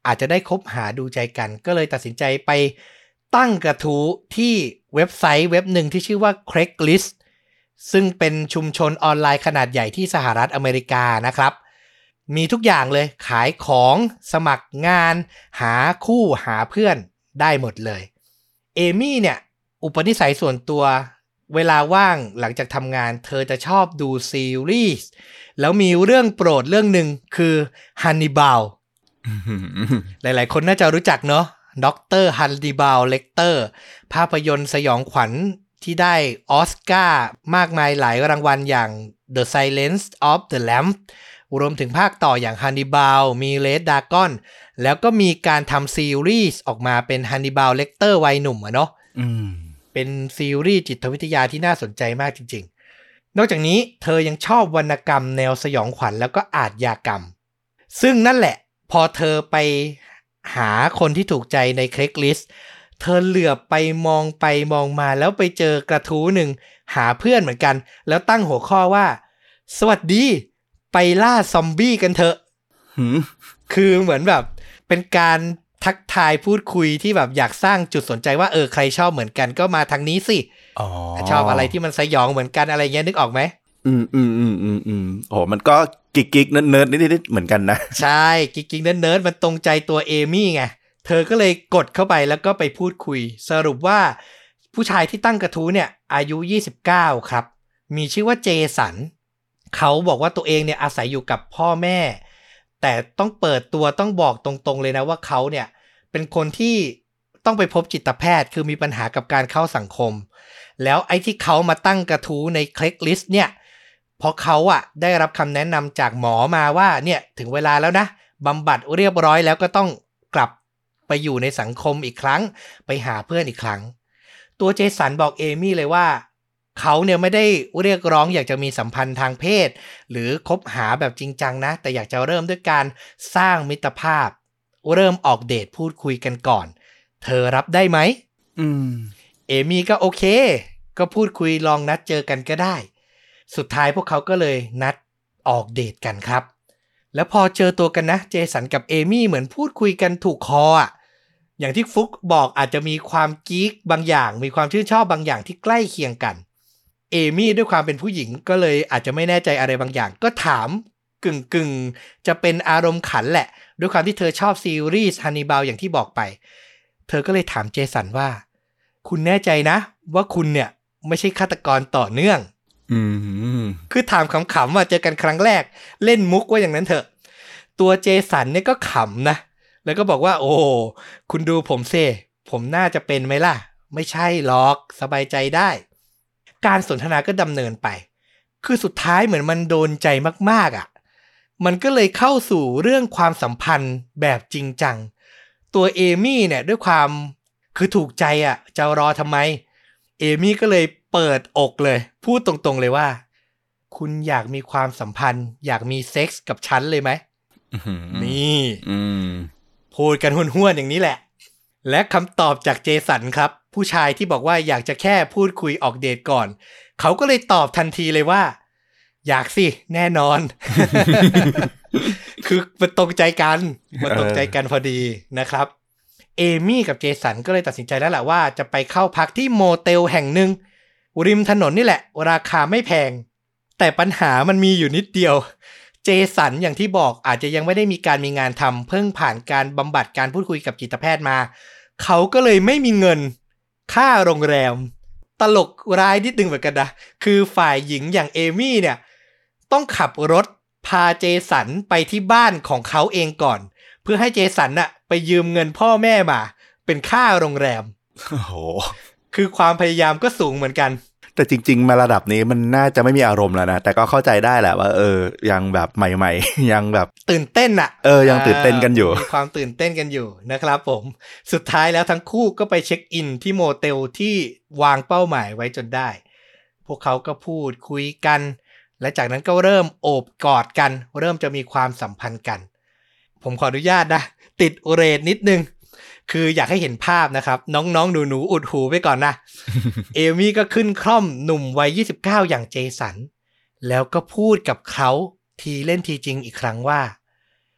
อาจจะได้คบหาดูใจกันก็เลยตัดสินใจไปตั้งกระทู้ที่เว็บไซต์เว็บหนึ่งที่ชื่อว่า Craigslist ซึ่งเป็นชุมชนออนไลน์ขนาดใหญ่ที่สหรัฐอเมริกานะครับมีทุกอย่างเลยขายของสมัครงานหาคู่หาเพื่อนได้หมดเลยเอมี่เนี่ยอุปนิสัยส่วนตัวเวลาว่างหลังจากทำงานเธอจะชอบดูซีรีส์แล้วมีเรื่องโปรดเรื่องหนึ่งคือ Hannibal หลายๆคนน่าจะรู้จักเนาะด็อกเตอร์ฮันนิบาลเลกเตอร์ภาพยนตร์สยองขวัญที่ได้ออสการ์มากมายหลายรางวัลอย่าง The Silence of the Lambs รวมถึงภาคต่ออย่าง Hannibal มี Red Dragon แล้วก็มีการทำซีรีส์ออกมาเป็น Hannibal Lecter วัยหนุ่มอะเนาะเป็นซีรีส์จิตวิทยาที่น่าสนใจมากจริงๆนอกจากนี้เธอยังชอบวรรณกรรมแนวสยองขวัญแล้วก็อาชญากรรมซึ่งนั่นแหละพอเธอไปหาคนที่ถูกใจใน Craigslist เธอเหลือบไปมองมาแล้วไปเจอกระทู้หนึ่งหาเพื่อนเหมือนกันแล้วตั้งหัวข้อว่าสวัสดีไปล่าซอมบี้กันเถอะคือเหมือนแบบเป็นการทักทายพูดคุยที่แบบอยากสร้างจุดสนใจว่าใครชอบเหมือนกันก็มาทางนี้สิชอบอะไรที่มันสยองเหมือนกันอะไรเงี้ยนึกออกไหมโอ้มันก็กิ๊กเนิร์ดนิดเหมือนกันนะใช่กิ๊กเนิร์ดมันตรงใจตัวเอมี่ไงเธอก็เลยกดเข้าไปแล้วก็ไปพูดคุยสรุปว่าผู้ชายที่ตั้งกระทู้เนี่ยอายุ29ครับมีชื่อว่าเจสันเขาบอกว่าตัวเองเนี่ยอาศัยอยู่กับพ่อแม่แต่ต้องเปิดตัวต้องบอกตรงๆเลยนะว่าเขาเนี่ยเป็นคนที่ต้องไปพบจิตแพทย์คือมีปัญหากับการเข้าสังคมแล้วไอ้ที่เขามาตั้งกระทู้ใน Craigslist เนี่ยเพราะเขาได้รับคำแนะนำจากหมอมาว่าเนี่ยถึงเวลาแล้วนะบำบัดเรียบร้อยแล้วก็ต้องกลับไปอยู่ในสังคมอีกครั้งไปหาเพื่อนอีกครั้งตัวเจสันบอกเอมี่เลยว่าเขาเนี่ยไม่ได้เรียกร้องอยากจะมีสัมพันธ์ทางเพศหรือคบหาแบบจริงจังนะแต่อยากจะเริ่มด้วยการสร้างมิตรภาพเริ่มออกเดทพูดคุยกันก่อนเธอรับได้ไหมเอมี่ก็โอเคก็พูดคุยลองนัดเจอกันก็ได้สุดท้ายพวกเขาก็เลยนัดออกเดทกันครับแล้วพอเจอตัวกันนะเจสันกับเอมี่เหมือนพูดคุยกันถูกคออย่างที่ฟุกบอกอาจจะมีความกิ๊กบางอย่างมีความชื่นชอบบางอย่างที่ใกล้เคียงกันเอมี่ด้วยความเป็นผู้หญิงก็เลยอาจจะไม่แน่ใจอะไรบางอย่างก็ถามกึ่งจะเป็นอารมณ์ขันแหละด้วยความที่เธอชอบซีรีส์ฮันนิบาลอย่างที่บอกไปเธอก็เลยถามเจสันว่าคุณแน่ใจนะว่าคุณเนี่ยไม่ใช่ฆาตกรต่อเนื่องคือถามขำๆเจอกันครั้งแรกเล่นมุกว่าอย่างนั้นเถอะตัวเจสันเนี่ยก็ขำนะแล้วก็บอกว่าโอ้คุณดูผมสิผมน่าจะเป็นไหมล่ะไม่ใช่หรอกสบายใจได้การสนทนาก็ดำเนินไปคือสุดท้ายเหมือนมันโดนใจมากๆมันก็เลยเข้าสู่เรื่องความสัมพันธ์แบบจริงจังตัวเอมี่เนี่ยด้วยความคือถูกใจจะรอทำไมเอมี่ก็เลยเปิดอกเลยพูดตรงๆเลยว่าคุณอยากมีความสัมพันธ์อยากมีเซ็กส์กับฉันเลยไหมนี่พูดกันห้วนๆอย่างนี้แหละและคำตอบจากเจสันครับผู้ชายที่บอกว่าอยากจะแค่พูดคุยออกเดทก่อนเขาก็เลยตอบทันทีเลยว่าอยากสิแน่นอน คือมันตรงใจกันพอดีนะครับเอมี่กับเจสันก็เลยตัดสินใจแล้วแหละว่าจะไปเข้าพักที่โมเตลแห่งหนึ่งริมถนนนี่แหละราคาไม่แพงแต่ปัญหามันมีอยู่นิดเดียวเจสันอย่างที่บอกอาจจะยังไม่ได้มีงานทำเพิ่งผ่านการบำบัดการพูดคุยกับจิตแพทย์มาเขาก็เลยไม่มีเงินค่าโรงแรมตลกร้ายนิดนึงเหมือนกันนะคือฝ่ายหญิงอย่างเอมี่เนี่ยต้องขับรถพาเจสันไปที่บ้านของเขาเองก่อนเพื่อให้เจสันไปยืมเงินพ่อแม่มาเป็นค่าโรงแรมโอ้โหคือความพยายามก็สูงเหมือนกันแต่จริงๆมาระดับนี้มันน่าจะไม่มีอารมณ์แล้วนะแต่ก็เข้าใจได้แหละว่ายังแบบใหม่ๆยังแบบตื่นเต้นยังตื่นเต้นกันอยู่มีความตื่นเต้นกันอยู่นะครับผมสุดท้ายแล้วทั้งคู่ก็ไปเช็คอินที่โมเตลที่วางเป้าหมายไว้จนได้พวกเขาก็พูดคุยกันและจากนั้นก็เริ่มโอบกอดกันเริ่มจะมีความสัมพันธ์กันผมขออนุญาตนะติดเรทนิดนึงคืออยากให้เห็นภาพนะครับน้องๆหนูๆอุดหูไปก่อนนะ เอมี่ก็ขึ้นคล่อมหนุ่มวัย29อย่างเจสันแล้วก็พูดกับเขาทีเล่นทีจริงอีกครั้งว่า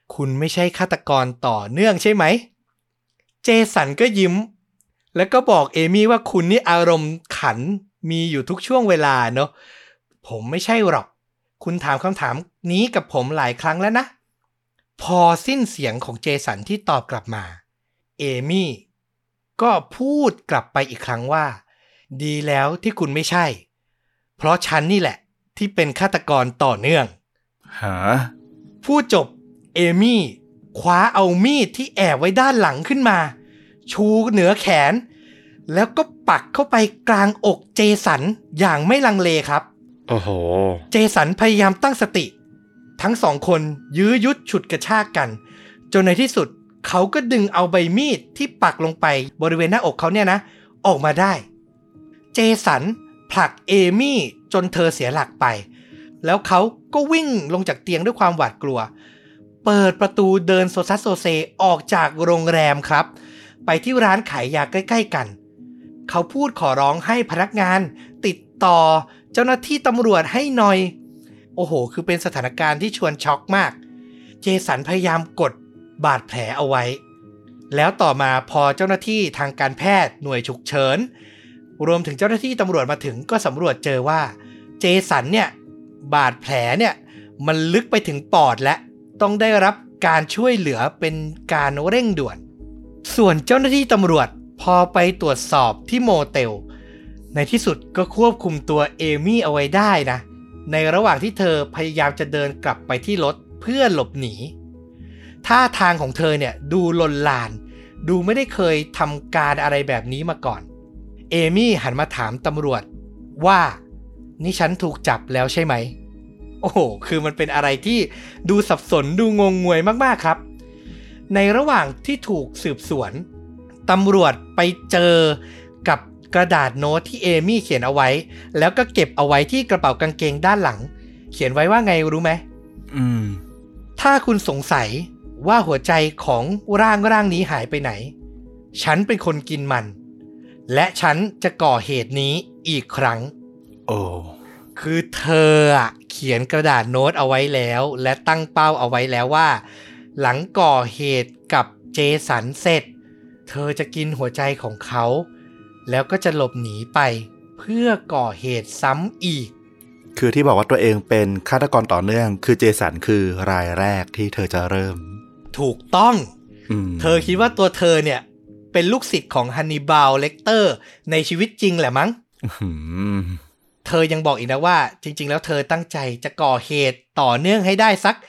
คุณไม่ใช่ฆาตกรต่อเนื่องใช่ไหมเจสันก็ยิ้มแล้วก็บอกเอมี่ว่าคุณนี่อารมณ์ขันมีอยู่ทุกช่วงเวลาเนาะผมไม่ใช่หรอกคุณถามคำถามนี้กับผมหลายครั้งแล้วนะพอสิ้นเสียงของเจสันที่ตอบกลับมาเอมี่ก็พูดกลับไปอีกครั้งว่าดีแล้วที่คุณไม่ใช่เพราะฉันนี่แหละที่เป็นฆาตกรต่อเนื่องฮะพูดจบเอมี่คว้าเอามีดที่แอบไว้ด้านหลังขึ้นมาชูเหนือแขนแล้วก็ปักเข้าไปกลางอกเจสันอย่างไม่ลังเลครับโอ้โหเจสันพยายามตั้งสติทั้งสองคนยื้อยุดฉุดกระชากกันจนในที่สุดเขาก็ดึงเอาใบมีดที่ปักลงไปบริเวณหน้าอกเขาเนี่ยนะออกมาได้เจสันผลักเอมี่จนเธอเสียหลักไปแล้วเขาก็วิ่งลงจากเตียงด้วยความหวาดกลัวเปิดประตูเดินโซซัสโซเซออกจากโรงแรมครับไปที่ร้านขายยาใกล้ๆกันเขาพูดขอร้องให้พนักงานติดต่อเจ้าหน้าที่ตำรวจให้หน่อยโอ้โหคือเป็นสถานการณ์ที่ชวนช็อกมากเจสันพยายามกดบาดแผลเอาไว้แล้วต่อมาพอเจ้าหน้าที่ทางการแพทย์หน่วยฉุกเฉินรวมถึงเจ้าหน้าที่ตำรวจมาถึงก็สำรวจเจอว่าเจสันเนี่ยบาดแผลเนี่ยมันลึกไปถึงปอดและต้องได้รับการช่วยเหลือเป็นการเร่งด่วนส่วนเจ้าหน้าที่ตำรวจพอไปตรวจสอบที่โมเตลในที่สุดก็ควบคุมตัวเอมี่เอาไว้ได้นะในระหว่างที่เธอพยายามจะเดินกลับไปที่รถเพื่อหลบหนีท่าทางของเธอเนี่ยดูลนลานดูไม่ได้เคยทำการอะไรแบบนี้มาก่อนเอมี่หันมาถามตำรวจว่านี่ฉันถูกจับแล้วใช่ไหมโอ้โหคือมันเป็นอะไรที่ดูสับสนดูงงงวยมากๆครับในระหว่างที่ถูกสืบสวนตำรวจไปเจอกับกระดาษโน้ตที่เอมี่เขียนเอาไว้แล้วก็เก็บเอาไว้ที่กระเป๋ากางเกงด้านหลังเขียนไว้ว่าไงรู้ไหมถ้าคุณสงสัยว่าหัวใจของร่างนี้หายไปไหนฉันเป็นคนกินมันและฉันจะก่อเหตุนี้อีกครั้งโอ้คือเธอเขียนกระดาษโน้ตเอาไว้แล้วและตั้งเป้าเอาไว้แล้วว่าหลังก่อเหตุกับเจสันเสร็จเธอจะกินหัวใจของเขาแล้วก็จะหลบหนีไปเพื่อก่อเหตุซ้ำอีกคือที่บอกว่าตัวเองเป็นฆาตกรต่อเนื่องคือเจสันคือรายแรกที่เธอจะเริ่มถูกต้องเธอคิดว่าตัวเธอเนี่ยเป็นลูกศิษย์ของฮันนิบาลเลคเตอร์ในชีวิตจริงแหละมั้งเธอยังบอกอีกนะว่าจริงๆแล้วเธอตั้งใจจะก่อเหตุต่อเนื่องให้ได้สัก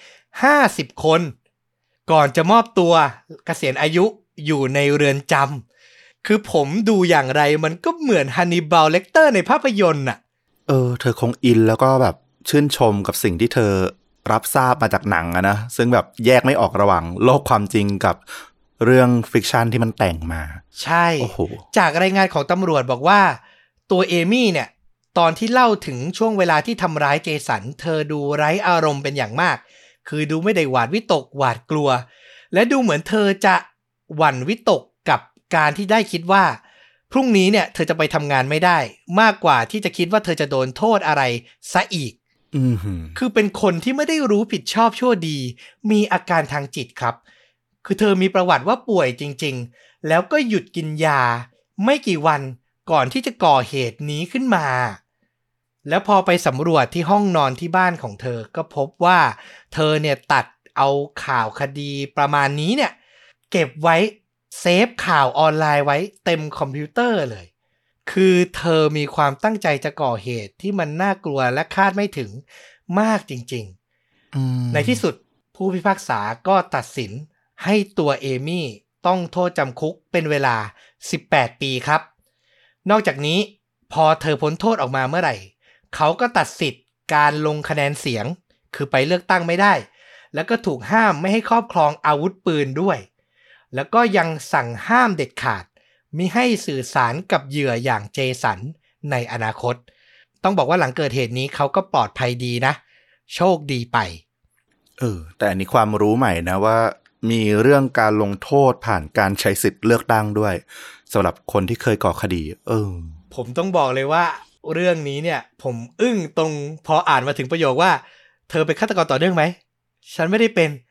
50 คนก่อนจะมอบตัวเกษียณอายุอยู่ในเรือนจำคือผมดูอย่างไรมันก็เหมือนฮันนิบาลเลคเตอร์ในภาพยนตร์น่ะเธอคงอินแล้วก็แบบชื่นชมกับสิ่งที่เธอรับทราบมาจากหนังนะซึ่งแบบแยกไม่ออกระหว่างโลกความจริงกับเรื่องฟิกชันที่มันแต่งมาใช่จากรายงานของตำรวจบอกว่าตัวเอมี่เนี่ยตอนที่เล่าถึงช่วงเวลาที่ทำร้ายเจสันเธอดูไร้อารมณ์เป็นอย่างมากคือดูไม่ได้หวาดวิตกหวาดกลัวและดูเหมือนเธอจะหวั่นวิตกกับการที่ได้คิดว่าพรุ่งนี้เนี่ยเธอจะไปทำงานไม่ได้มากกว่าที่จะคิดว่าเธอจะโดนโทษอะไรซะอีกคือเป็นคนที่ไม่ได้รู้ผิดชอบชั่วดีมีอาการทางจิตครับคือเธอมีประวัติว่าป่วยจริงๆแล้วก็หยุดกินยาไม่กี่วันก่อนที่จะก่อเหตุนี้ขึ้นมาแล้วพอไปสำรวจที่ห้องนอนที่บ้านของเธอก็พบว่าเธอเนี่ยตัดเอาข่าวคดีประมาณนี้เนี่ยเก็บไว้เซฟข่าวออนไลน์ไว้เต็มคอมพิวเตอร์เลยคือเธอมีความตั้งใจจะก่อเหตุที่มันน่ากลัวและคาดไม่ถึงมากจริงๆในที่สุดผู้พิพากษาก็ตัดสินให้ตัวเอมี่ต้องโทษจำคุกเป็นเวลา18 ปีครับนอกจากนี้พอเธอพ้นโทษออกมาเมื่อไหร่เขาก็ตัดสิทธิ์การลงคะแนนเสียงคือไปเลือกตั้งไม่ได้แล้วก็ถูกห้ามไม่ให้ครอบครองอาวุธปืนด้วยแล้วก็ยังสั่งห้ามเด็ดขาดมิให้สื่อสารกับเหยื่ออย่างเจสันในอนาคตต้องบอกว่าหลังเกิดเหตุนี้เขาก็ปลอดภัยดีนะโชคดีไปแต่อันนี้ความรู้ใหม่นะว่ามีเรื่องการลงโทษผ่านการใช้สิทธิ์เลือกตั้งด้วยสำหรับคนที่เคยก่อคดีผมต้องบอกเลยว่าเรื่องนี้เนี่ยผมอึ้งตรงพออ่านมาถึงประโยคว่าเธอเป็นฆาตกรต่อเนื่องไหมฉันไม่ได้เป็น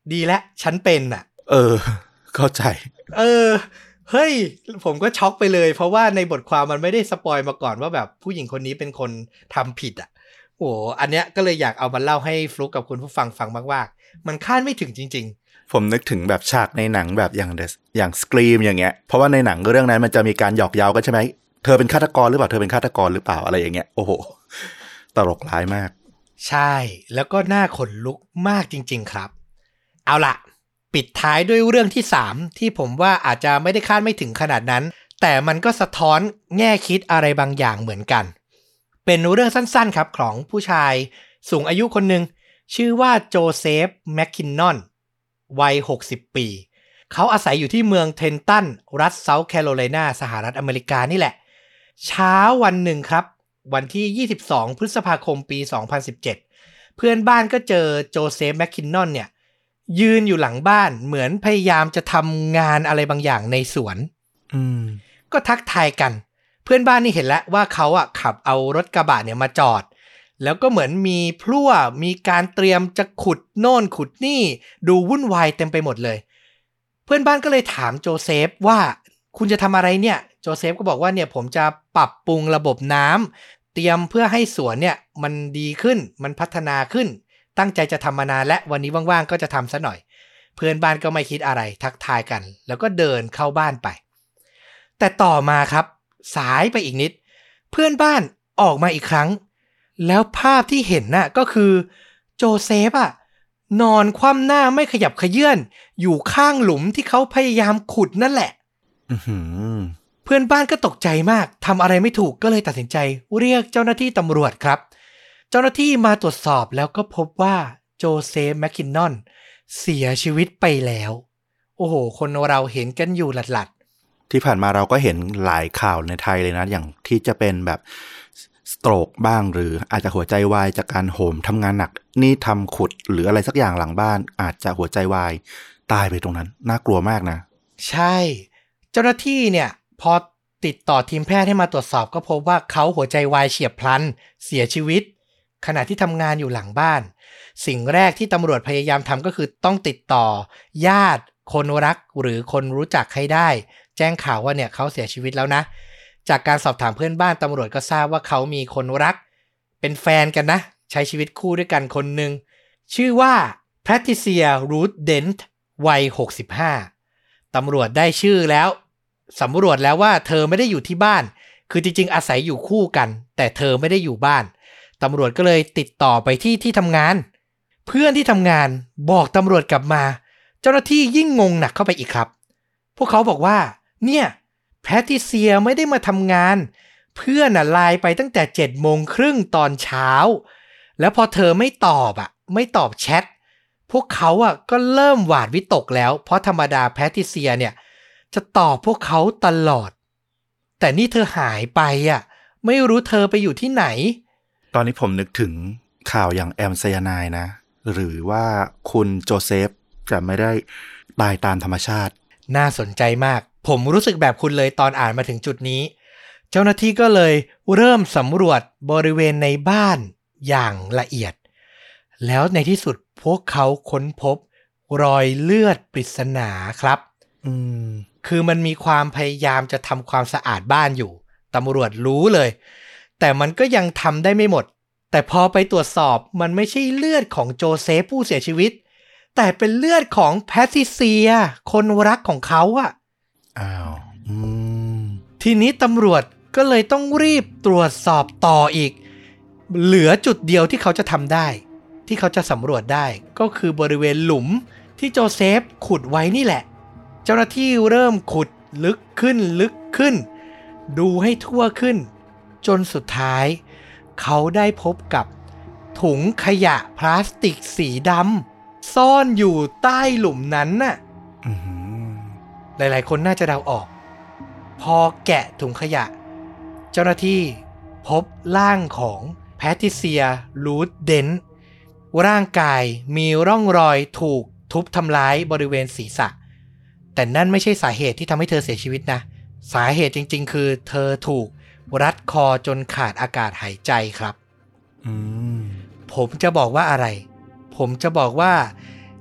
ดีแล้วฉันเป็นอ่ะเข้าใจเฮ้ยผมก็ช็อกไปเลยเพราะว่าในบทความมันไม่ได้สปอยมาก่อนว่าแบบผู้หญิงคนนี้เป็นคนทำผิดอ่ะโอ้อันเนี้ยก็เลยอยากเอามาเล่าให้ฟลุกกับคุณผู้ฟังฟังมากๆมันคาดไม่ถึงจริงๆผมนึกถึงแบบฉากในหนังแบบอย่างสกรีมอย่างเงี้ยเพราะว่าในหนังเรื่องนั้นมันจะมีการหยอกเย้ากันใช่ไหมเธอเป็นฆาตกรหรือเปล่าเธอเป็นฆาตกรหรือเปล่าอะไรอย่างเงี้ยโอ้โหตลกร้ายมากใช่แล้วก็น่าขนลุกมากจริงๆครับเอาล่ะปิดท้ายด้วยเรื่องที่3ที่ผมว่าอาจจะไม่ได้คาดไม่ถึงขนาดนั้นแต่มันก็สะท้อนแง่คิดอะไรบางอย่างเหมือนกันเป็นเรื่องสั้นๆครับของผู้ชายสูงอายุคนหนึ่งชื่อว่าโจเซฟแมคคินนอนวัย60ปีเขาอาศัยอยู่ที่เมืองเทนตันรัฐเซาท์แคโรไลนาสหรัฐอเมริกานี่แหละเช้าวันหนึ่งครับวันที่22พฤษภาคมปี2017เพื่อนบ้านก็เจอโจเซฟแมคคินนอนเนี่ยยืนอยู่หลังบ้านเหมือนพยายามจะทำงานอะไรบางอย่างในสวนก็ทักทายกันเพื่อนบ้านนี่เห็นแล้วว่าเขาขับเอารถกระบะเนี่ยมาจอดแล้วก็เหมือนมีพลั่วมีการเตรียมจะขุดโน่นขุดนี่ดูวุ่นวายเต็มไปหมดเลยเพื่อนบ้านก็เลยถามโจเซฟว่าคุณจะทำอะไรเนี่ยโจเซฟก็บอกว่าเนี่ยผมจะปรับปรุงระบบน้ำเตรียมเพื่อให้สวนเนี่ยมันดีขึ้นมันพัฒนาขึ้นตั้งใจจะทำมานานและวันนี้ว่างๆก็จะทำซะหน่อยเพื่อนบ้านก็ไม่คิดอะไรทักทายกันแล้วก็เดินเข้าบ้านไปแต่ต่อมาครับสายไปอีกนิดเพื่อนบ้านออกมาอีกครั้งแล้วภาพที่เห็นน่ะก็คือโจเซฟนอนคว่ำหน้าไม่ขยับเขยื้อนอยู่ข้างหลุมที่เขาพยายามขุดนั่นแหละเพื่อนบ้านก็ตกใจมากทำอะไรไม่ถูกก็เลยตัดสินใจเรียกเจ้าหน้าที่ตำรวจครับเจ้าหน้าที่มาตรวจสอบแล้วก็พบว่าโจเซฟแมคคินนอนเสียชีวิตไปแล้วโอ้โหคนเราเห็นกันอยู่หลัดที่ผ่านมาเราก็เห็นหลายข่าวในไทยเลยนะอย่างที่จะเป็นแบบสโตรกบ้างหรืออาจจะหัวใจวายจากการโหมทำงานหนักนี่ทำขุดหรืออะไรสักอย่างหลังบ้านอาจจะหัวใจวายตายไปตรงนั้นน่ากลัวมากนะใช่เจ้าหน้าที่เนี่ยพอติดต่อทีมแพทย์ให้มาตรวจสอบก็พบว่าเขาหัวใจวายเฉียบพลันเสียชีวิตขณะที่ทำงานอยู่หลังบ้านสิ่งแรกที่ตำรวจพยายามทำก็คือต้องติดต่อญาติคนรักหรือคนรู้จักให้ได้แจ้งข่าวว่าเนี่ยเขาเสียชีวิตแล้วนะจากการสอบถามเพื่อนบ้านตำรวจก็ทราบว่าเขามีคนรักเป็นแฟนกันนะใช้ชีวิตคู่ด้วยกันคนหนึ่งชื่อว่าแพทริเซียรูธเดนต์วัย65ตำรวจได้ชื่อแล้วสำรวจแล้วว่าเธอไม่ได้อยู่ที่บ้านคือจริงๆอาศัยอยู่คู่กันแต่เธอไม่ได้อยู่บ้านตำรวจก็เลยติดต่อไปที่ทำงานเพื่อนที่ทำงานบอกตำรวจกลับมาเจ้าหน้าที่ยิ่งงงหนักเข้าไปอีกครับพวกเขาบอกว่าเนี่ยแพทริเซียไม่ได้มาทำงานเพื่อนไลน์ไปตั้งแต่7:30 ตอนเช้าแล้วพอเธอไม่ตอบแชทพวกเขาก็เริ่มหวาดวิตกแล้วเพราะธรรมดาแพทริเซียเนี่ยจะตอบพวกเขาตลอดแต่นี่เธอหายไปไม่รู้เธอไปอยู่ที่ไหนตอนนี้ผมนึกถึงข่าวอย่างแอมไซยาไนด์นะหรือว่าคุณโจเซฟจะไม่ได้ตายตามธรรมชาติน่าสนใจมากผมรู้สึกแบบคุณเลยตอนอ่านมาถึงจุดนี้เจ้าหน้าที่ก็เลยเริ่มสำรวจบริเวณในบ้านอย่างละเอียดแล้วในที่สุดพวกเขาค้นพบรอยเลือดปริศนาครับคือมันมีความพยายามจะทำความสะอาดบ้านอยู่ตำรวจรู้เลยแต่มันก็ยังทำได้ไม่หมดแต่พอไปตรวจสอบมันไม่ใช่เลือดของโจเซฟผู้เสียชีวิตแต่เป็นเลือดของแพทริเซียคนรักของเขาอ้าวทีนี้ตำรวจก็เลยต้องรีบตรวจสอบต่ออีกเหลือจุดเดียวที่เขาจะทำได้ที่เขาจะสำรวจได้ก็คือบริเวณหลุมที่โจเซฟขุดไว้นี่แหละเจ้าหน้าที่เริ่มขุดลึกขึ้นดูให้ทั่วขึ้นจนสุดท้ายเขาได้พบกับถุงขยะพลาสติกสีดำซ่อนอยู่ใต้หลุมนั้นน่ะหลายๆคนน่าจะเดาออกพอแกะถุงขยะเจ้าหน้าที่พบร่างของแพทริเซียรูธเดนต์ร่างกายมีร่องรอยถูกทุบทำร้ายบริเวณศีรษะแต่นั่นไม่ใช่สาเหตุที่ทำให้เธอเสียชีวิตนะสาเหตุจริงๆคือเธอถูกรัดคอจนขาดอากาศหายใจครับผมจะบอกว่าอะไรผมจะบอกว่า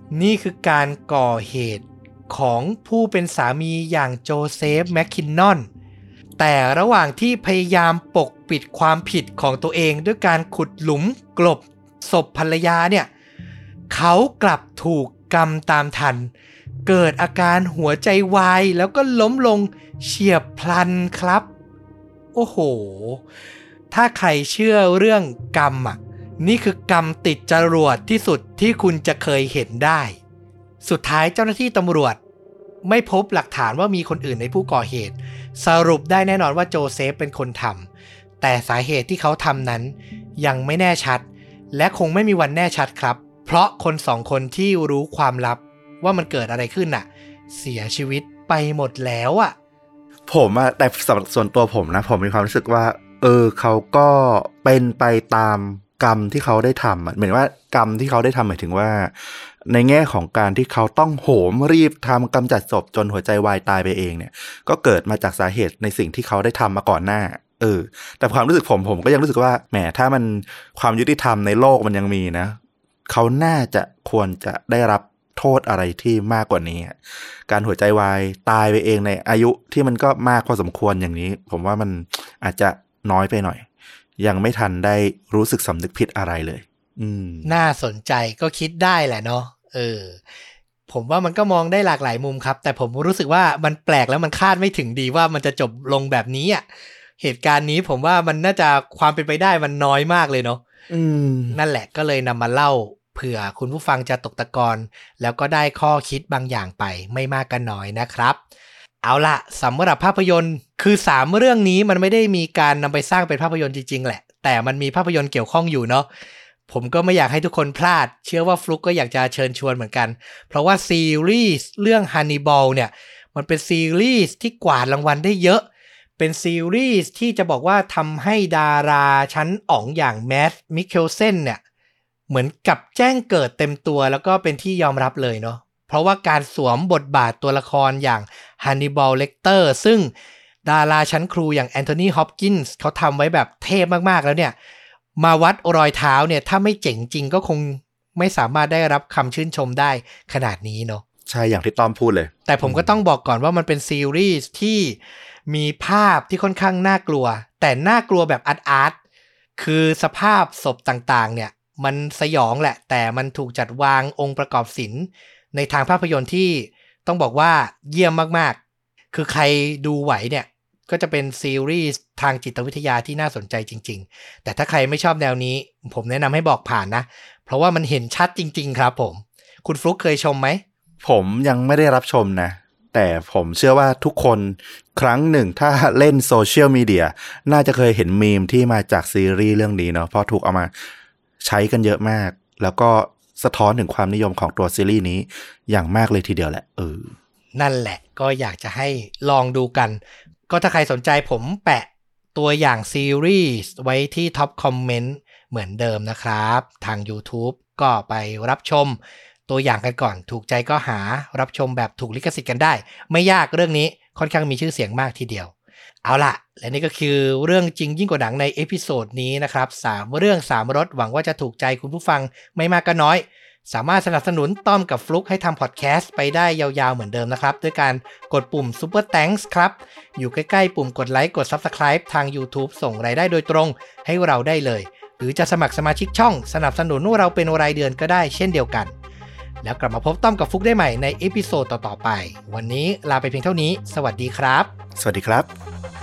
นี่คือการก่อเหตุของผู้เป็นสามีอย่างโจเซฟแมคคินนอนแต่ระหว่างที่พยายามปกปิดความผิดของตัวเองด้วยการขุดหลุมกลบศพภรรยาเนี่ยเขากลับถูกกรรมตามทันเกิดอาการหัวใจวายแล้วก็ล้มลงเฉียบพลันครับโอ้โหถ้าใครเชื่อเรื่องกรรมอ่ะนี่คือกรรมติดจรวดที่สุดที่คุณจะเคยเห็นได้สุดท้ายเจ้าหน้าที่ตำรวจไม่พบหลักฐานว่ามีคนอื่นในผู้ก่อเหตุสรุปได้แน่นอนว่าโจเซฟเป็นคนทำแต่สาเหตุที่เขาทำนั้นยังไม่แน่ชัดและคงไม่มีวันแน่ชัดครับเพราะคนสองคนที่รู้ความลับว่ามันเกิดอะไรขึ้นน่ะเสียชีวิตไปหมดแล้วอ่ะผมอะแต่ส่วนตัวผมนะผมมีความรู้สึกว่าเขาก็เป็นไปตามกรรมที่เขาได้ทำหมายว่ากรรมที่เขาได้ทำหมายถึงว่าในแง่ของการที่เขาต้องโหมรีบทำกำจัดศพจนหัวใจวายตายไปเองเนี่ยก็เกิดมาจากสาเหตุในสิ่งที่เขาได้ทำมาก่อนหน้าแต่ความรู้สึกผมก็ยังรู้สึกว่าแหมถ้ามันความยุติธรรมในโลกมันยังมีนะเขาน่าจะควรจะได้รับโทษอะไรที่มากกว่านี้การหัวใจวายตายไปเองในอายุที่มันก็มากพอสมควรอย่างนี้ผมว่ามันอาจจะน้อยไปหน่อยยังไม่ทันได้รู้สึกสำนึกผิดอะไรเลยน่าสนใจก็คิดได้แหละเนาะผมว่ามันก็มองได้หลากหลายมุมครับแต่ผมรู้สึกว่ามันแปลกแล้วมันคาดไม่ถึงดีว่ามันจะจบลงแบบนี้อ่ะเหตุการณ์นี้ผมว่ามันน่าจะความเป็นไปได้มันน้อยมากเลยเนาะนั่นแหละก็เลยนำมาเล่าเผื่อคุณผู้ฟังจะตกตะกอนแล้วก็ได้ข้อคิดบางอย่างไปไม่มากก็น้อยนะครับเอาล่ะสำหรับภาพยนตร์คือ3เรื่องนี้มันไม่ได้มีการนำไปสร้างเป็นภาพยนตร์จริงๆแหละแต่มันมีภาพยนตร์เกี่ยวข้องอยู่เนาะผมก็ไม่อยากให้ทุกคนพลาดเชื่อว่าฟลุกก็อยากจะเชิญชวนเหมือนกันเพราะว่าซีรีส์เรื่อง Hannibal เนี่ยมันเป็นซีรีส์ที่กวาดรางวัลได้เยอะเป็นซีรีส์ที่จะบอกว่าทำให้ดาราชั้นอ๋องอย่างแมทต์มิเคลเซนเนี่ยเหมือนกับแจ้งเกิดเต็มตัวแล้วก็เป็นที่ยอมรับเลยเนาะเพราะว่าการสวมบทบาทตัวละครอย่าง Hannibal Lecter ซึ่งดาราชั้นครูอย่างแอนโทนี ฮอปกินส์เขาทำไว้แบบเทพมากๆแล้วเนี่ยมาวัดรอยเท้าเนี่ยถ้าไม่เจ๋งจริงก็คงไม่สามารถได้รับคำชื่นชมได้ขนาดนี้เนาะใช่อย่างที่ต้อมพูดเลยแต่ผมก็ต้องบอกก่อนว่ามันเป็นซีรีส์ที่มีภาพที่ค่อนข้างน่ากลัวแต่น่ากลัวแบบอาร์ตคือสภาพศพต่างๆเนี่ยมันสยองแหละแต่มันถูกจัดวางองค์ประกอบศิลป์ในทางภาพยนตร์ที่ต้องบอกว่าเยี่ยมมากๆคือใครดูไหวเนี่ยก็จะเป็นซีรีส์ทางจิตวิทยาที่น่าสนใจจริงๆแต่ถ้าใครไม่ชอบแนวนี้ผมแนะนำให้บอกผ่านนะเพราะว่ามันเห็นชัดจริงๆครับผมคุณฟลุ๊กเคยชมไหมผมยังไม่ได้รับชมนะแต่ผมเชื่อว่าทุกคนครั้งหนึ่งถ้าเล่นโซเชียลมีเดียน่าจะเคยเห็นมีมที่มาจากซีรีส์เรื่องนี้เนาะเพราะถูกเอามาใช้กันเยอะมากแล้วก็สะท้อนถึงความนิยมของตัวซีรีส์นี้อย่างมากเลยทีเดียวแหละนั่นแหละก็อยากจะให้ลองดูกันก็ถ้าใครสนใจผมแปะตัวอย่างซีรีส์ไว้ที่ท็อปคอมเมนต์เหมือนเดิมนะครับทาง YouTube ก็ไปรับชมตัวอย่างกันก่อนถูกใจก็หารับชมแบบถูกลิขสิทธิ์กันได้ไม่ยากเรื่องนี้ค่อนข้างมีชื่อเสียงมากทีเดียวเอาล่ะและนี่ก็คือเรื่องจริงยิ่งกว่าหนังในเอพิโซดนี้นะครับ3เรื่อง3รสหวังว่าจะถูกใจคุณผู้ฟังไม่มากก็น้อยสามารถสนับสนุนต้อมกับฟลุกให้ทำพอดแคสต์ไปได้ยาวๆเหมือนเดิมนะครับด้วยการกดปุ่ม Super Thanks ครับอยู่ใกล้ๆปุ่มกดไลค์กด Subscribe ทาง YouTube ส่งรายได้โดยตรงให้เราได้เลยหรือจะสมัครสมาชิกช่องสนับสนุนเราเป็นรายเดือนก็ได้เช่นเดียวกันแล้วกลับมาพบต้อมกับฟลุกได้ใหม่ในเอพิโซดต่อๆไปวันนี้ลาไปเพียงเท่านี้สวัสดีครับสวัสดีครับ